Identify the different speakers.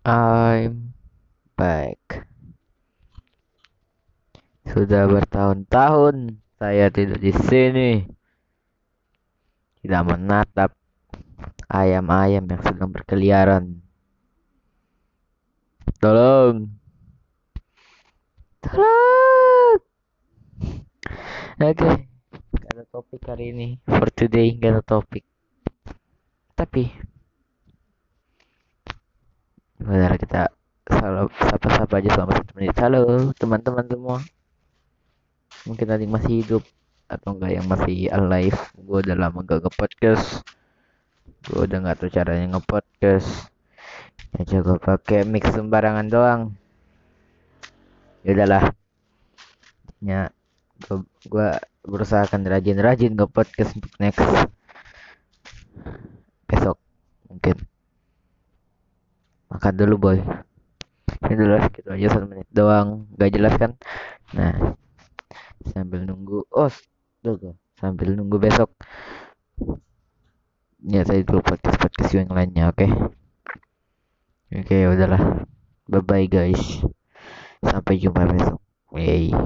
Speaker 1: I'm back. Sudah bertahun-tahun saya tidur di sini, tidak menatap ayam-ayam yang sedang berkeliaran. Tolong, tolong. Oke, gak ada topik hari ini. For today, gak ada topik. Tapi, benar kita sapa-sapa aja selama 1 menit. Halo, teman-teman semua. Mungkin ada yang masih hidup atau enggak yang masih alive. Gue udah lama gak nge-podcast. Gue udah gak tahu caranya nge-podcast. Ya coba pakai mix sembarangan doang. Ya udahlah. Ya gua berusaha akan rajin-rajin nge-podcast untuk next besok mungkin. Makan dulu boy. Ini dulu gitu aja 1 menit doang. Gak jelas kan? Nah, sambil nunggu. Oh, tuh sambil nunggu besok. Ya saya dulu podcast yang lainnya. Oke. Oke, udahlah. Bye bye guys. Sampai jumpa besok. Yay.